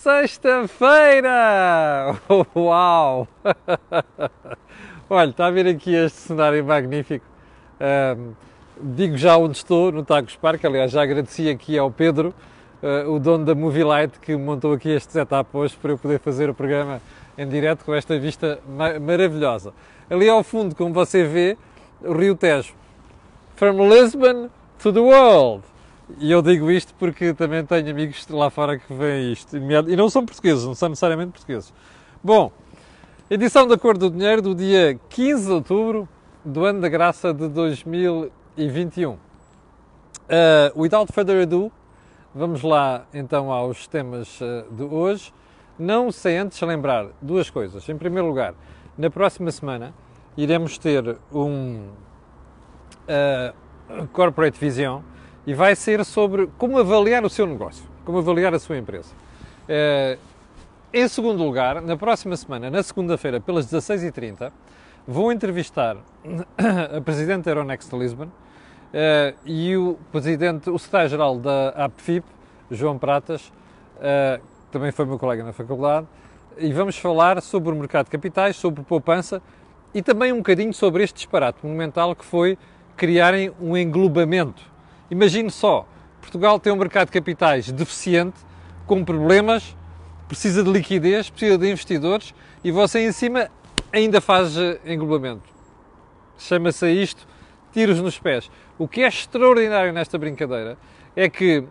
Sexta-feira! Uau! Olha, está a ver aqui este cenário magnífico. Digo já onde estou, no Tagus Park. Aliás, já agradeci aqui ao Pedro, o dono da Movie Light, que montou aqui este setup hoje para eu poder fazer o programa em direto com esta vista maravilhosa. Ali ao fundo, como você vê, o Rio Tejo. From Lisbon to the world. E eu digo isto porque também tenho amigos lá fora que veem isto. E não são portugueses, não são necessariamente portugueses. Bom, edição da Cor do Dinheiro do dia 15 de outubro do ano da graça de 2021. Without further ado, vamos lá então aos temas de hoje. Não sem antes lembrar duas coisas. Em primeiro lugar, na próxima semana iremos ter um Corporate Vision e vai ser sobre como avaliar o seu negócio, como avaliar a sua empresa. Em segundo lugar, na próxima semana, na segunda-feira, pelas 16h30, vou entrevistar a Presidente da Euronext Lisbon e o Secretário-Geral da APFIP, João Pratas, que também foi meu colega na faculdade, e vamos falar sobre o mercado de capitais, sobre poupança e também um bocadinho sobre este disparate monumental que foi criarem um englobamento. Imagine só, Portugal tem um mercado de capitais deficiente, com problemas, precisa de liquidez, precisa de investidores e você em cima ainda faz englobamento. Chama-se a isto tiros nos pés. O que é extraordinário nesta brincadeira é que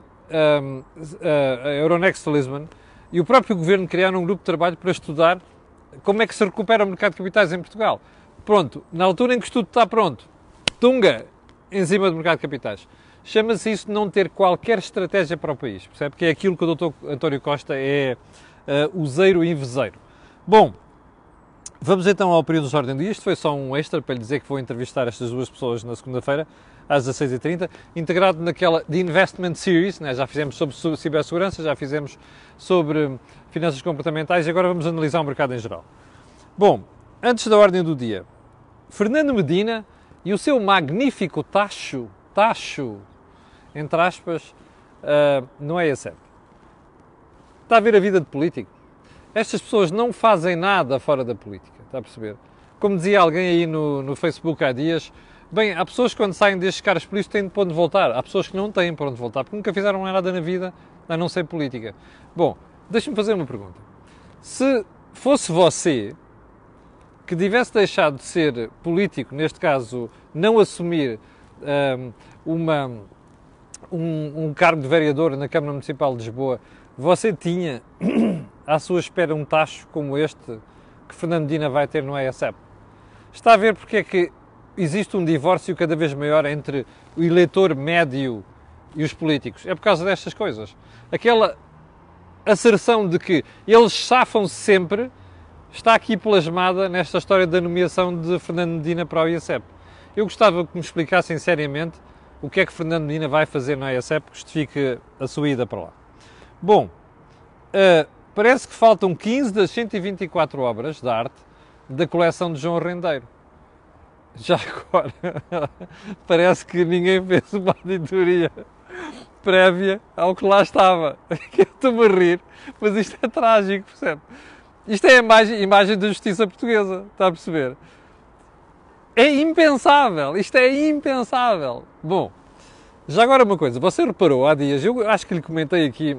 a Euronext Lisbon e o próprio governo criaram um grupo de trabalho para estudar como é que se recupera o mercado de capitais em Portugal. Pronto, na altura em que o estudo está pronto, tunga em cima do mercado de capitais. Chama-se isso de não ter qualquer estratégia para o país, percebe? Que é aquilo que o Dr. António Costa é useiro e inveseiro. Bom, vamos então ao período de ordem do dia. Isto foi só um extra para lhe dizer que vou entrevistar estas duas pessoas na segunda-feira, às 16h30, integrado naquela The Investment Series, né? Já fizemos sobre cibersegurança, já fizemos sobre finanças comportamentais e agora vamos analisar o mercado em geral. Bom, antes da ordem do dia, Fernando Medina e o seu magnífico tacho, entre aspas, não é esse. Está a ver a vida de político? Estas pessoas não fazem nada fora da política, está a perceber? Como dizia alguém aí no Facebook há dias, bem, há pessoas que quando saem destes cargos políticos têm para onde voltar, há pessoas que não têm para onde voltar, porque nunca fizeram nada na vida a não ser política. Bom, deixe-me fazer uma pergunta. Se fosse você que tivesse deixado de ser político, neste caso, não assumir um cargo de vereador na Câmara Municipal de Lisboa, você tinha à sua espera um tacho como este que Fernando Medina vai ter no ESEP? Está a ver porque é que existe um divórcio cada vez maior entre o eleitor médio e os políticos? É por causa destas coisas. Aquela asserção de que eles safam-se sempre está aqui plasmada nesta história da nomeação de Fernando Medina para o ESEP. Eu gostava que me explicassem seriamente o que é que Fernando Medina vai fazer no ESEP que justifique a sua ida para lá. Bom, parece que faltam 15 das 124 obras de arte da coleção de João Rendeiro. Já agora, parece que ninguém fez uma auditoria prévia ao que lá estava. Eu estou-me a rir, mas isto é trágico, percebe? Isto é a imagem da justiça portuguesa, está a perceber? É impensável, isto é impensável. Bom, já agora uma coisa, você reparou há dias, eu acho que lhe comentei aqui,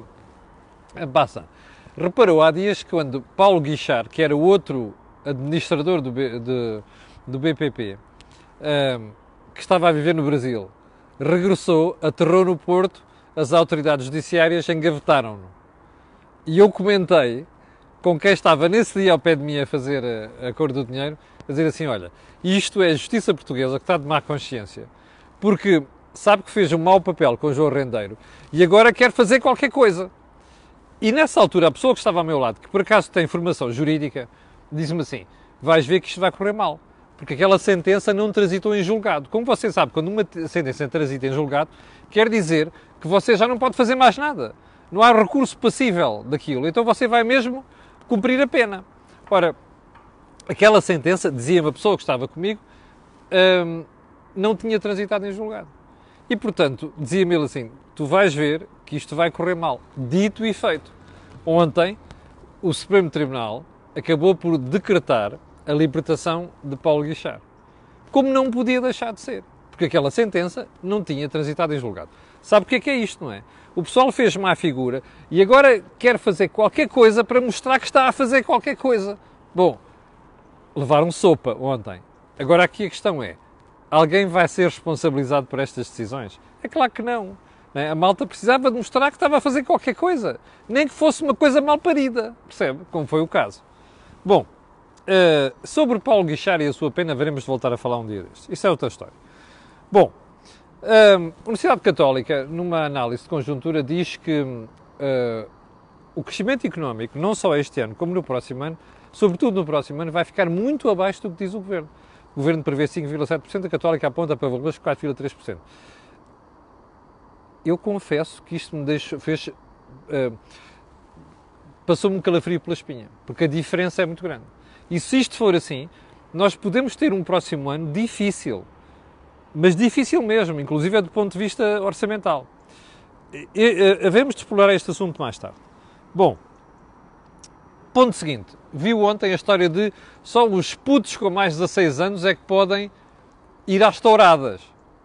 reparou há dias que quando Paulo Guichard, que era o outro administrador do BPP, que estava a viver no Brasil, regressou, aterrou no Porto, as autoridades judiciárias engavetaram-no. E eu comentei com quem estava nesse dia ao pé de mim a fazer a Cor do Dinheiro, a dizer assim, olha, isto é a justiça portuguesa que está de má consciência, porque sabe que fez um mau papel com o João Rendeiro e agora quer fazer qualquer coisa. E nessa altura, a pessoa que estava ao meu lado, que por acaso tem formação jurídica, disse-me assim, vais ver que isto vai correr mal, porque aquela sentença não transitou em julgado. Como você sabe, quando uma sentença transita em julgado, quer dizer que você já não pode fazer mais nada. Não há recurso passível daquilo, então você vai mesmo cumprir a pena. Ora, aquela sentença, dizia-me a pessoa que estava comigo, não tinha transitado em julgado. E, portanto, dizia-me ele assim, tu vais ver que isto vai correr mal. Dito e feito. Ontem, o Supremo Tribunal acabou por decretar a libertação de Paulo Guixart. Como não podia deixar de ser, porque aquela sentença não tinha transitado em julgado. Sabe o que é isto, não é? O pessoal fez má figura e agora quer fazer qualquer coisa para mostrar que está a fazer qualquer coisa. Bom, levaram sopa ontem. Agora aqui a questão é, alguém vai ser responsabilizado por estas decisões? É claro que não. A malta precisava de mostrar que estava a fazer qualquer coisa. Nem que fosse uma coisa mal parida, percebe? Como foi o caso. Bom, sobre Paulo Guixart e a sua pena, veremos de voltar a falar um dia destes. Isso é outra história. Bom, a Universidade Católica, numa análise de conjuntura, diz que o crescimento económico, não só este ano, como no próximo ano, sobretudo no próximo ano, vai ficar muito abaixo do que diz o Governo. O Governo prevê 5,7%, a Católica aponta para valores de 4,3%. Eu confesso que isto me passou-me um calafrio pela espinha, porque a diferença é muito grande. E se isto for assim, nós podemos ter um próximo ano difícil, mas difícil mesmo, inclusive do ponto de vista orçamental. Havemos de explorar este assunto mais tarde. Bom, ponto seguinte. Viu ontem a história de só os putos com mais de 16 anos é que podem ir às touradas.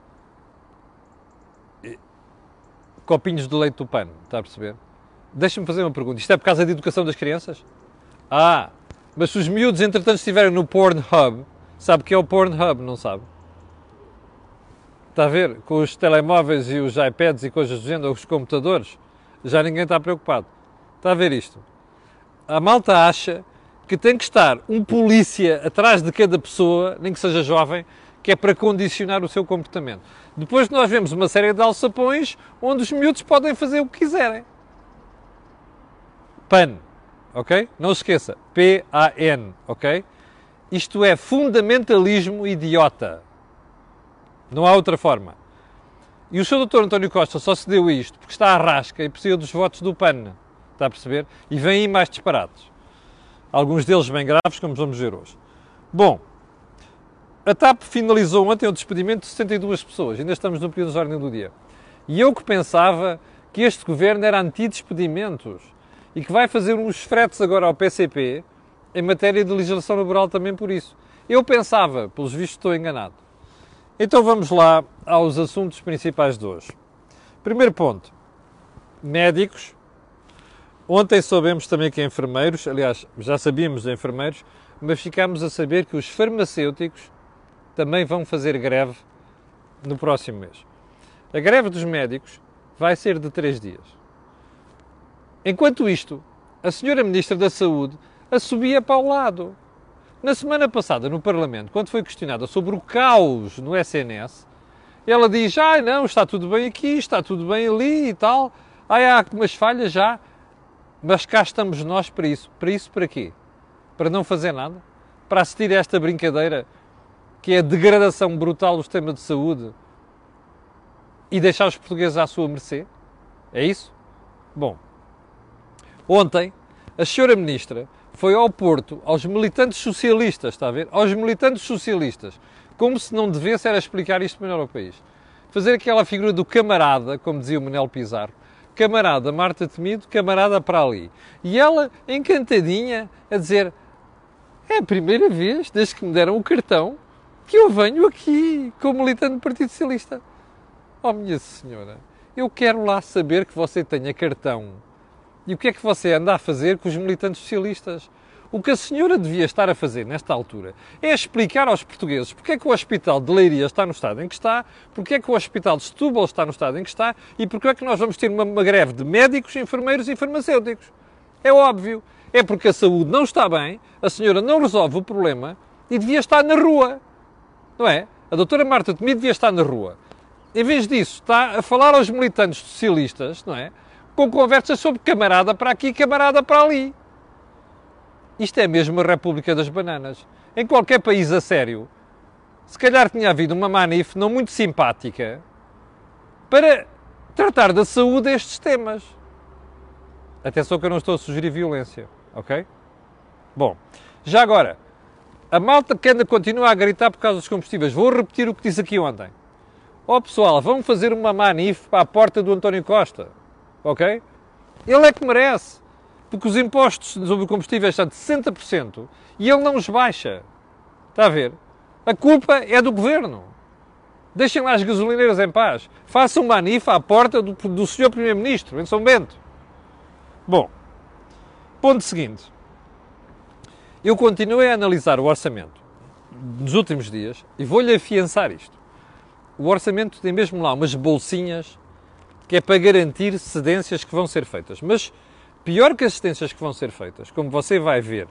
Copinhos de leite do pano, está a perceber? Deixa-me fazer uma pergunta. Isto é por causa da educação das crianças? Mas se os miúdos, entretanto, estiverem no Pornhub, sabe o que é o Pornhub, não sabe? Está a ver? Com os telemóveis e os iPads e coisas do género, os computadores, já ninguém está preocupado. Está a ver isto? A malta acha que tem que estar um polícia atrás de cada pessoa, nem que seja jovem, que é para condicionar o seu comportamento. Depois nós vemos uma série de alçapões onde os miúdos podem fazer o que quiserem. PAN, ok? Não se esqueça, P-A-N, ok? Isto é fundamentalismo idiota. Não há outra forma. E o Sr. Dr. António Costa só se deu a isto porque está à rasca e precisa dos votos do PAN. Está a perceber? E vêm aí mais disparados. Alguns deles bem graves, como vamos ver hoje. Bom, a TAP finalizou ontem o despedimento de 72 pessoas. Ainda estamos no período de ordem do dia. E eu que pensava que este governo era anti-despedimentos e que vai fazer uns fretes agora ao PCP em matéria de legislação laboral também por isso. Eu pensava, pelos vistos estou enganado. Então vamos lá aos assuntos principais de hoje. Primeiro ponto, médicos. Ontem soubemos também que enfermeiros, aliás, já sabíamos de enfermeiros, mas ficámos a saber que os farmacêuticos também vão fazer greve no próximo mês. A greve dos médicos vai ser de 3 dias. Enquanto isto, a senhora Ministra da Saúde assobia para o lado. Na semana passada, no Parlamento, quando foi questionada sobre o caos no SNS, ela diz, não, está tudo bem aqui, está tudo bem ali e tal, há umas falhas já, mas cá estamos nós para isso. Para isso para quê? Para não fazer nada? Para assistir a esta brincadeira que é a degradação brutal do sistema de saúde e deixar os portugueses à sua mercê? É isso? Bom, ontem a senhora Ministra foi ao Porto, aos militantes socialistas, está a ver? Aos militantes socialistas, como se não devesse era explicar isto melhor ao país. Fazer aquela figura do camarada, como dizia o Manuel Pizarro, camarada Marta Temido, camarada para ali. E ela, encantadinha, a dizer, é a primeira vez, desde que me deram o cartão, que eu venho aqui como militante do Partido Socialista. Oh, minha senhora, eu quero lá saber que você tenha cartão. E o que é que você anda a fazer com os militantes socialistas? O que a senhora devia estar a fazer nesta altura é explicar aos portugueses porque é que o Hospital de Leiria está no estado em que está, porque é que o Hospital de Setúbal está no estado em que está e porque é que nós vamos ter uma greve de médicos, enfermeiros e farmacêuticos. É óbvio. É porque a saúde não está bem, a senhora não resolve o problema e devia estar na rua. Não é? A doutora Marta Temido devia estar na rua. Em vez disso, está a falar aos militantes socialistas, não é? Com conversas sobre camarada para aqui, camarada para ali. Isto é mesmo a República das Bananas. Em qualquer país a sério, se calhar tinha havido uma manif não muito simpática para tratar da saúde a estes temas. Atenção que eu não estou a sugerir violência, ok? Bom, já agora, a malta que ainda continua a gritar por causa dos combustíveis, vou repetir o que disse aqui ontem. Ó pessoal, vão fazer uma manif para a porta do António Costa. Ok? Ele é que merece. porque os impostos sobre o combustível estão de 60% e ele não os baixa. Está a ver? A culpa é do governo. Deixem lá as gasolineiras em paz. Façam uma anifa à porta do Sr. Primeiro-Ministro, em São Bento. Bom, ponto seguinte. Eu continuei a analisar o orçamento nos últimos dias e vou-lhe afiançar isto. O orçamento tem mesmo lá umas bolsinhas que é para garantir cedências que vão ser feitas. Mas pior que as cedências que vão ser feitas, como você vai ver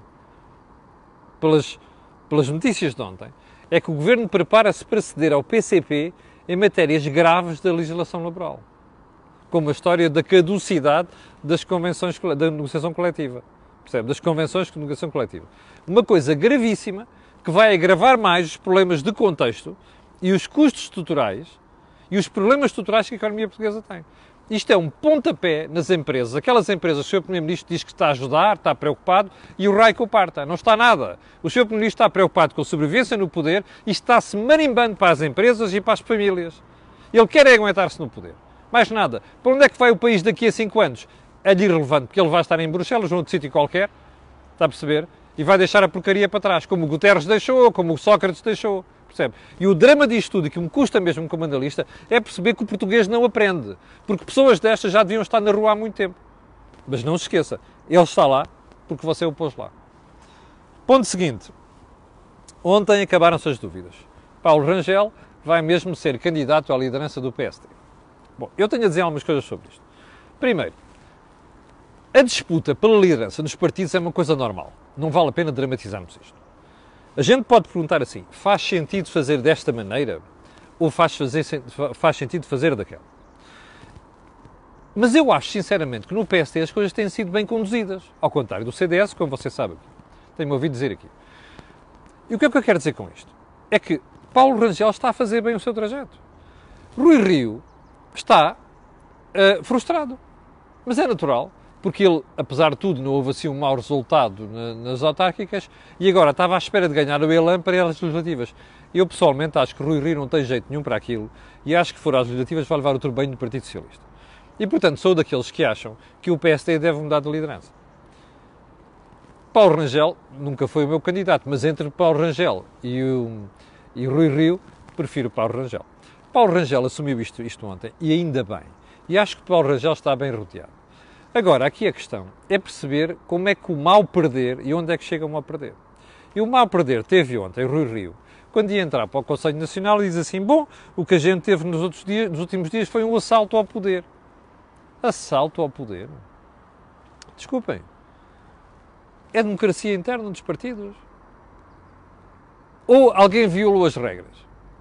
pelas notícias de ontem, é que o Governo prepara-se para ceder ao PCP em matérias graves da legislação laboral. Como a história da caducidade das convenções da negociação coletiva. Percebe? Das convenções de negociação coletiva. Uma coisa gravíssima que vai agravar mais os problemas de contexto e os custos estruturais e os problemas estruturais que a economia portuguesa tem. Isto é um pontapé nas empresas. Aquelas empresas, o Sr. Primeiro-Ministro diz que está a ajudar, está preocupado, e o raio que o parta. Não está nada. O Sr. Primeiro-Ministro está preocupado com a sobrevivência no poder e está-se marimbando para as empresas e para as famílias. Ele quer aguentar-se no poder. Mais nada. Para onde é que vai o país daqui a 5 anos? É-lhe irrelevante, porque ele vai estar em Bruxelas, num outro sítio qualquer, está a perceber? E vai deixar a porcaria para trás, como o Guterres deixou, como o Sócrates deixou. Percebe? E o drama disto tudo, e que me custa mesmo como analista, é perceber que o português não aprende. Porque pessoas destas já deviam estar na rua há muito tempo. Mas não se esqueça, ele está lá porque você o pôs lá. Ponto seguinte. Ontem acabaram-se as dúvidas. Paulo Rangel vai mesmo ser candidato à liderança do PSD. Bom, eu tenho a dizer algumas coisas sobre isto. Primeiro, a disputa pela liderança nos partidos é uma coisa normal. Não vale a pena dramatizarmos isto. A gente pode perguntar assim, faz sentido fazer desta maneira ou faz sentido fazer daquela? Mas eu acho, sinceramente, que no PSD as coisas têm sido bem conduzidas. Ao contrário do CDS, como você sabe. Tenho-me ouvido dizer aqui. E o que é que eu quero dizer com isto? É que Paulo Rangel está a fazer bem o seu trajeto. Rui Rio está frustrado. Mas é natural. Porque ele, apesar de tudo, não houve assim um mau resultado nas autárquicas e agora estava à espera de ganhar o elan para as legislativas. Eu, pessoalmente, acho que Rui Rio não tem jeito nenhum para aquilo e acho que, se for às legislativas, vai levar o turbanho do Partido Socialista. E, portanto, sou daqueles que acham que o PSD deve mudar de liderança. Paulo Rangel nunca foi o meu candidato, mas entre Paulo Rangel e Rui Rio, prefiro Paulo Rangel. Paulo Rangel assumiu isto ontem e ainda bem. E acho que Paulo Rangel está bem rodeado. Agora, aqui a questão é perceber como é que o mal perder e onde é que chega o mal perder. E o mal perder teve ontem Rui Rio, quando ia entrar para o Conselho Nacional e diz assim, bom, o que a gente teve nos últimos dias foi um assalto ao poder. Assalto ao poder? Desculpem. É democracia interna dos partidos? Ou alguém violou as regras?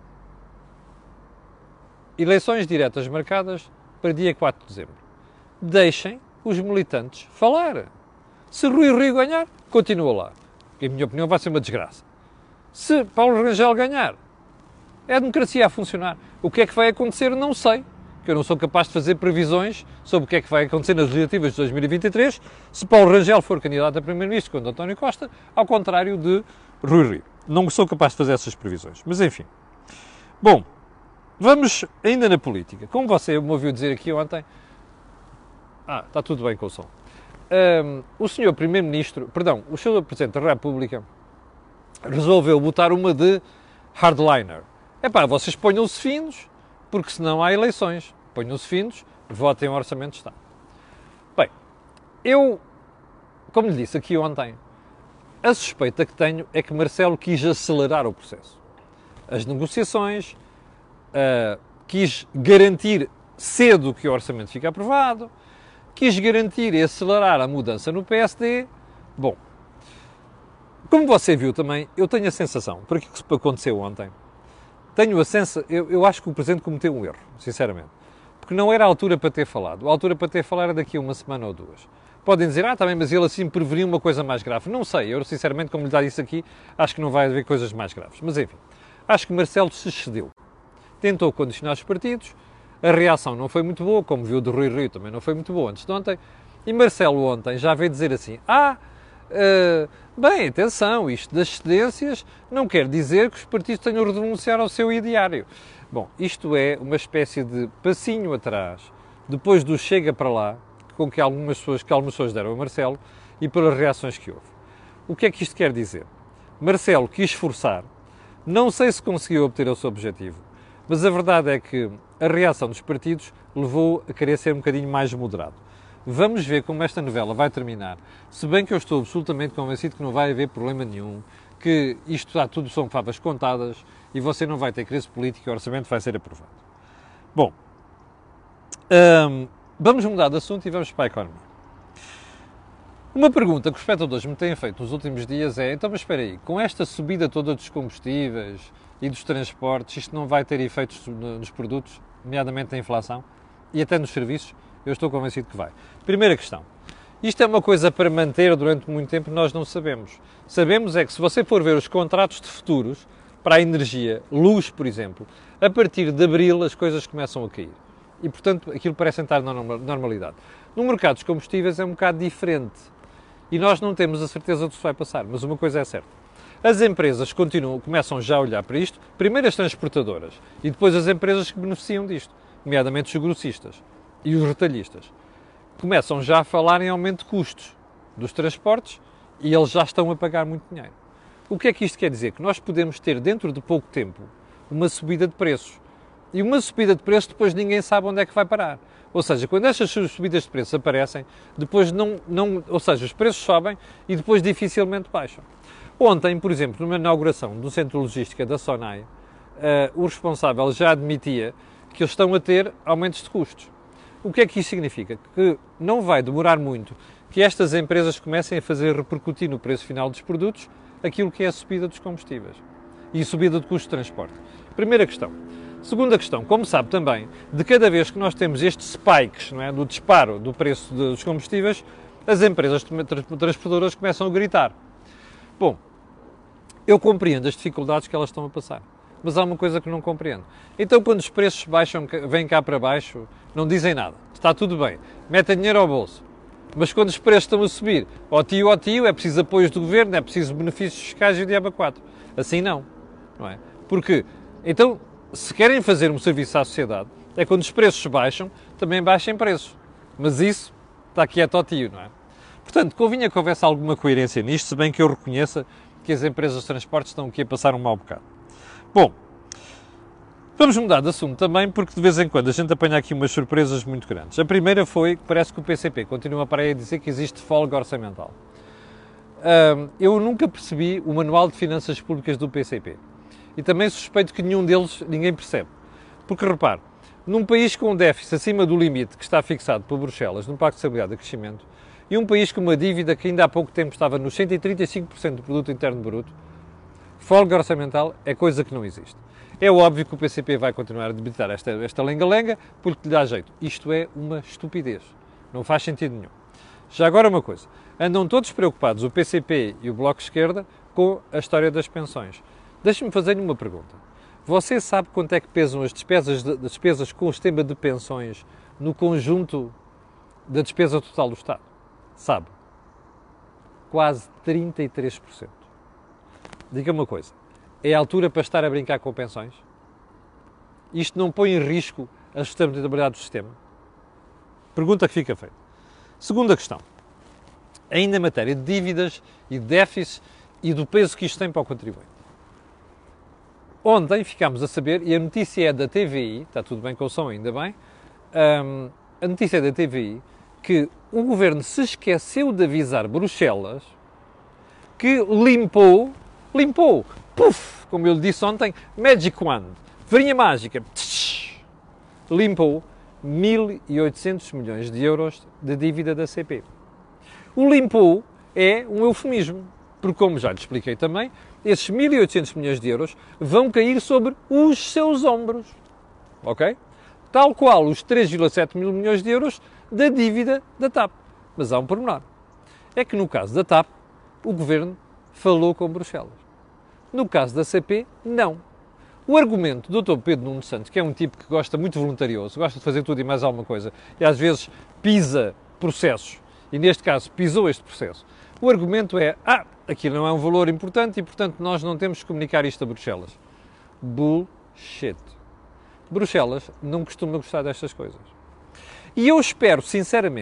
Eleições diretas marcadas para dia 4 de dezembro. Deixem os militantes falar. Se Rui Rio ganhar, continua lá. Em minha opinião vai ser uma desgraça. Se Paulo Rangel ganhar, é a democracia a funcionar. O que é que vai acontecer, não sei. Que eu não sou capaz de fazer previsões sobre o que é que vai acontecer nas legislativas de 2023 se Paulo Rangel for candidato a primeiro-ministro com António Costa, ao contrário de Rui Rio. Não sou capaz de fazer essas previsões. Mas enfim. Bom, vamos ainda na política. Como você me ouviu dizer aqui ontem, está tudo bem com o som. O senhor Primeiro-Ministro, o senhor Presidente da República resolveu botar uma de hardliner. Vocês ponham-se finos, porque senão há eleições. Ponham-se finos, votem o Orçamento de Estado. Bem, eu, como lhe disse aqui ontem, a suspeita que tenho é que Marcelo quis acelerar o processo. As negociações, quis garantir cedo que o Orçamento fique aprovado, quis garantir e acelerar a mudança no PSD. Bom, como você viu também, eu tenho a sensação, por aquilo que aconteceu ontem, eu acho que o Presidente cometeu um erro, sinceramente. Porque não era a altura para ter falado. A altura para ter falado era daqui a uma semana ou duas. Podem dizer, também, mas ele assim preveniu uma coisa mais grave. Não sei, eu sinceramente, como lhe dá isso aqui, acho que não vai haver coisas mais graves. Mas enfim, acho que Marcelo se excedeu. Tentou condicionar os partidos, a reação não foi muito boa, como viu do Rui Rio também não foi muito boa antes de ontem, e Marcelo ontem já veio dizer assim, bem, atenção, isto das cedências não quer dizer que os partidos tenham de renunciar ao seu ideário. Bom, isto é uma espécie de passinho atrás, depois do chega para lá, com que algumas pessoas deram a Marcelo e pelas reações que houve. O que é que isto quer dizer? Marcelo quis forçar, não sei se conseguiu obter o seu objetivo, mas a verdade é que a reação dos partidos levou a querer ser um bocadinho mais moderado. Vamos ver como esta novela vai terminar, se bem que eu estou absolutamente convencido que não vai haver problema nenhum, que isto está tudo são favas contadas e você não vai ter crise política e o orçamento vai ser aprovado. Bom, vamos mudar de assunto e vamos para a economia. Uma pergunta que os espectadores me têm feito nos últimos dias é, então mas espera aí, com esta subida toda dos combustíveis e dos transportes, isto não vai ter efeitos nos produtos, nomeadamente na inflação e até nos serviços? Eu estou convencido que vai. Primeira questão. Isto é uma coisa para manter durante muito tempo, nós não sabemos. Sabemos é que se você for ver os contratos de futuros para a energia, luz, por exemplo, a partir de abril as coisas começam a cair. E, portanto, aquilo parece estar na normalidade. No mercado dos combustíveis é um bocado diferente. E nós não temos a certeza do que vai passar. Mas uma coisa é certa. As empresas começam já a olhar para isto, primeiro as transportadoras e depois as empresas que beneficiam disto, nomeadamente os grossistas e os retalhistas. Começam já a falar em aumento de custos dos transportes e eles já estão a pagar muito dinheiro. O que é que isto quer dizer? Que nós podemos ter dentro de pouco tempo uma subida de preços. E uma subida de preços depois ninguém sabe onde é que vai parar. Ou seja, quando estas subidas de preços aparecem, depois ou seja, os preços sobem e depois dificilmente baixam. Ontem, por exemplo, numa inauguração do centro de logística da Sonai, o responsável já admitia que eles estão a ter aumentos de custos. O que é que isso significa? Que não vai demorar muito que estas empresas comecem a fazer repercutir no preço final dos produtos aquilo que é a subida dos combustíveis e a subida do custo de transporte. Primeira questão. Segunda questão, como sabe também, de cada vez que nós temos estes spikes, não é, do disparo do preço dos combustíveis, as empresas transportadoras começam a gritar. Bom, eu compreendo as dificuldades que elas estão a passar, mas há uma coisa que não compreendo. Então, quando os preços baixam, vêm cá para baixo, não dizem nada. Está tudo bem, metem dinheiro ao bolso. Mas quando os preços estão a subir, ó tio, é preciso apoios do governo, é preciso benefícios fiscais e o diabo a quatro. Assim não é? Porque, então, se querem fazer um serviço à sociedade, é quando os preços baixam, também baixem preços. Mas isso está quieto ao tio, não é? Portanto, convinha que houvesse alguma coerência nisto, se bem que eu reconheça que as empresas de transporte estão aqui a passar um mau bocado. Bom, vamos mudar de assunto também, porque de vez em quando a gente apanha aqui umas surpresas muito grandes. A primeira foi que parece que o PCP continua para aí a dizer que existe folga orçamental. Eu nunca percebi o Manual de Finanças Públicas do PCP. E também suspeito que nenhum deles ninguém percebe. Porque, repare, num país com um déficit acima do limite que está fixado por Bruxelas no Pacto de Estabilidade e Crescimento, e um país com uma dívida que ainda há pouco tempo estava nos 135% do produto interno bruto, folga orçamental é coisa que não existe. É óbvio que o PCP vai continuar a debilitar esta lenga-lenga porque lhe dá jeito. Isto é uma estupidez. Não faz sentido nenhum. Já agora uma coisa. Andam todos preocupados, o PCP e o Bloco de Esquerda, com a história das pensões. Deixe-me fazer-lhe uma pergunta. Você sabe quanto é que pesam as despesas com o sistema de pensões no conjunto da despesa total do Estado? Sabe? Quase 33%. Diga-me uma coisa. É a altura para estar a brincar com pensões? Isto não põe em risco a sustentabilidade do sistema? Pergunta que fica feita. Segunda questão. Ainda em matéria de dívidas e de déficits e do peso que isto tem para o contribuinte. Ontem ficámos a saber, e a notícia é da TVI, está tudo bem com o som, ainda bem, a notícia é da TVI, que o Governo se esqueceu de avisar Bruxelas que limpou, puf, como eu lhe disse ontem, Magic Wand, varinha mágica, limpou 1.800 milhões de euros de dívida da CP. O limpou é um eufemismo, porque como já lhe expliquei também, esses 1.800 milhões de euros vão cair sobre os seus ombros, ok? Tal qual os 3,7 mil milhões de euros da dívida da TAP. Mas há um pormenor. É que no caso da TAP, o Governo falou com Bruxelas. No caso da CP, não. O argumento do Dr. Pedro Nuno Santos, que é um tipo que gosta muito voluntarioso, gosta de fazer tudo e mais alguma coisa, e às vezes pisa processos, e neste caso pisou este processo, o argumento é, aquilo não é um valor importante e, portanto, nós não temos que comunicar isto a Bruxelas. Bullshit. Bruxelas não costuma gostar destas coisas. E eu espero, sinceramente,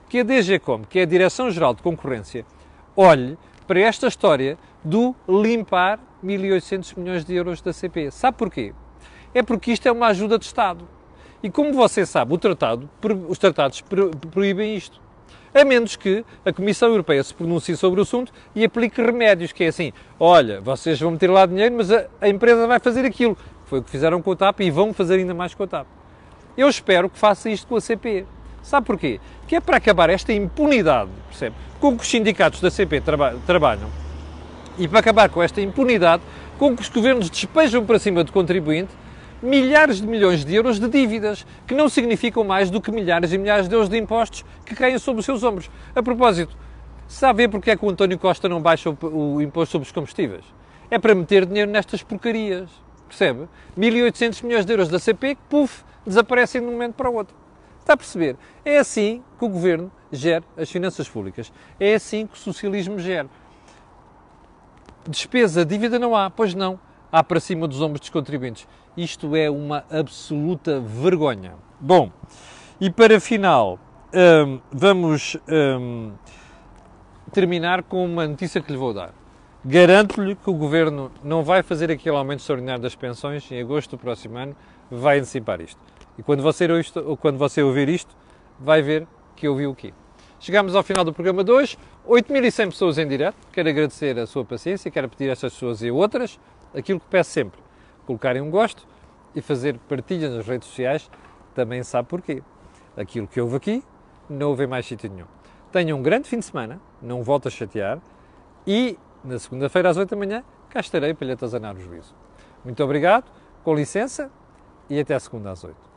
que a DGCOM, que é a Direção-Geral de Concorrência, olhe para esta história do limpar 1.800 milhões de euros da CP. Sabe porquê? É porque isto é uma ajuda de Estado. E como você sabe, os tratados proíbem isto. A menos que a Comissão Europeia se pronuncie sobre o assunto e aplique remédios, que é assim, olha, vocês vão meter lá dinheiro, mas a empresa vai fazer aquilo. Foi o que fizeram com a TAP e vão fazer ainda mais com a TAP. Eu espero que faça isto com a CP. Sabe porquê? Que é para acabar esta impunidade, percebe? Com que os sindicatos da CP trabalham e para acabar com esta impunidade com que os governos despejam para cima do contribuinte milhares de milhões de euros de dívidas, que não significam mais do que milhares e milhares de euros de impostos que caem sobre os seus ombros. A propósito, sabe ver porque é que o António Costa não baixa o imposto sobre os combustíveis? É para meter dinheiro nestas porcarias, percebe? 1.800 milhões de euros da CP que, puf, desaparecem de um momento para o outro. Está a perceber? É assim que o Governo gera as finanças públicas. É assim que o socialismo gera. Despesa, dívida não há, pois não. Há para cima dos ombros dos contribuintes. Isto é uma absoluta vergonha. Bom, e para final, vamos terminar com uma notícia que lhe vou dar. Garanto-lhe que o Governo não vai fazer aquele aumento extraordinário das pensões em agosto do próximo ano, vai antecipar isto. E quando você ouvir isto, vai ver que eu vi o quê. Chegamos ao final do programa de hoje, 8.100 pessoas em direto. Quero agradecer a sua paciência, quero pedir a estas pessoas e a outras aquilo que peço sempre, colocarem um gosto e fazer partilha nas redes sociais, também sabe porquê. Aquilo que houve aqui, não houve em mais sítio nenhum. Tenham um grande fim de semana, não volto a chatear e na segunda-feira às 8 da manhã cá estarei para lhe atazanar o juízo. Muito obrigado, com licença e até a segunda às 8.